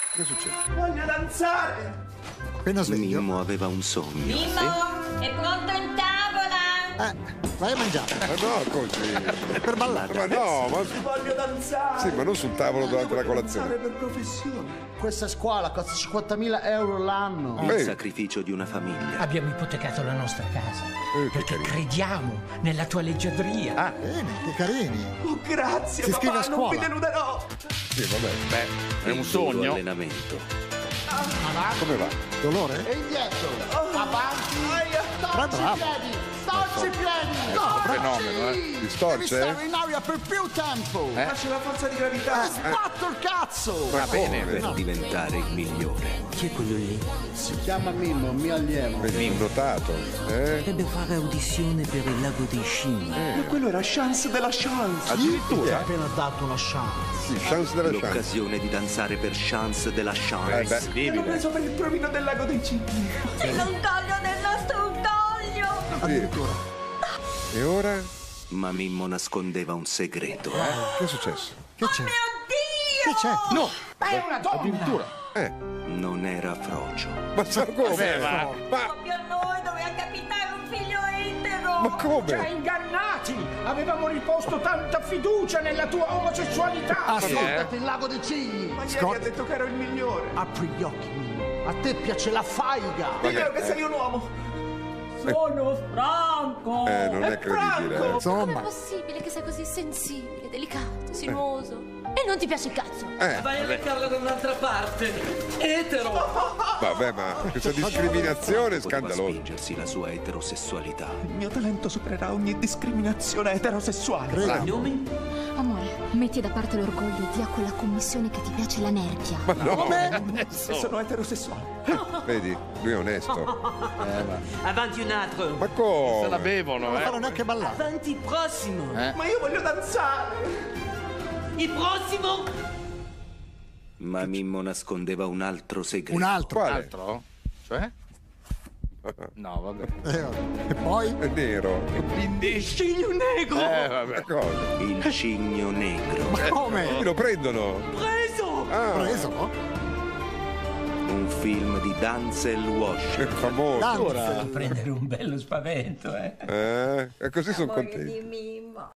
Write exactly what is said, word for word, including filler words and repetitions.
Che succede? Voglio danzare! Appena sveglio. Mimmo aveva un sogno. Mimmo, sì? è pronto in tavola? Eh, vai a mangiare. Ma no, così. È per ballare. Ma no, ma... Voglio danzare! Sì, ma non sul tavolo durante la colazione. Danzare per professione. Questa scuola costa cinquantamila euro l'anno. Il Ehi. sacrificio di una famiglia. Abbiamo ipotecato la nostra casa Eh, che perché carino. crediamo nella tua leggiadria. Ah, bene, che carini. Oh, grazie, Si iscrive papà, a non scuola. vi deluderò! Sì, vabbè. Beh, è un Il sogno. duro allenamento. Come va? Dolore? E indietro. Avanti. Bravo, Storci i bravo. piedi. Storci i piedi. fenomeno, eh. Ti Devi storce? stare in aria per più tempo. Ma c'è la forza di gravità! Sbatto il cazzo. Ma bene. come? Per diventare il migliore. Chi è quello lì? Si chiama Mimmo, mio allievo. Vedi, notato. Eh? Deve fare audizione per il lago dei scimmie. Ma quello era chance della chance! Ti ha appena dato una chance. Sì, chance della chance. L'occasione di danzare per chance della Eh chance. beh, Mi hanno preso per il provino del lago dei cigni! Sei l'orgoglio del nostro orgoglio! Addirittura. e ora? Ma Mimmo nascondeva un segreto. Che è successo? Che c'è? Mio Che c'è? No, Ma è una donna! addirittura. Eh, Non era frocio. ma sa come? Beh, ma- Ma, Proprio a noi doveva capitare un figlio etero! ma Ci hai come? ingannati! Avevamo riposto tanta fiducia nella tua omosessualità! Ascoltati il lago dei cigni. Ma ieri Scott. ha detto che ero il migliore! Apri gli occhi, Mimmo. A te piace la faiga. Diglielo che sei un uomo! Sono Franco! Eh, non è È credibile. Franco! Com'è Insomma, possibile che sei così sensibile, delicato, sinuoso? E non ti piace il cazzo? Eh, Vai a leccarla da un'altra parte. Etero. vabbè, ma questa discriminazione è Poteva scandalosa. spingersi la sua eterosessualità. Il mio talento supererà ogni discriminazione eterosessuale! crediamo. Nomi? Amore, metti da parte l'orgoglio e dia a quella commissione che ti piace la nerchia. Ma no, E sono eterosessuale! vedi, lui è onesto. Avanti un altro. Ma Se la come? bevono, Non fanno eh. neanche ballare. Avanti il prossimo. Eh? Ma io voglio danzare! Il prossimo. Ma Mimmo nascondeva un altro segreto. Un altro. Quale? Altro? Cioè? No, vabbè. Eh, vabbè. E poi? È nero. Sciglio negro! Eh, Ma vabbè. cosa? Il cigno negro. Chi Come? lo prendono? Preso! Ah, Preso? Un film di Denzel è Washington. famoso. Danza. A prendere un bello spavento, eh! Eh, e così sono Amore contenti. di Mimmo!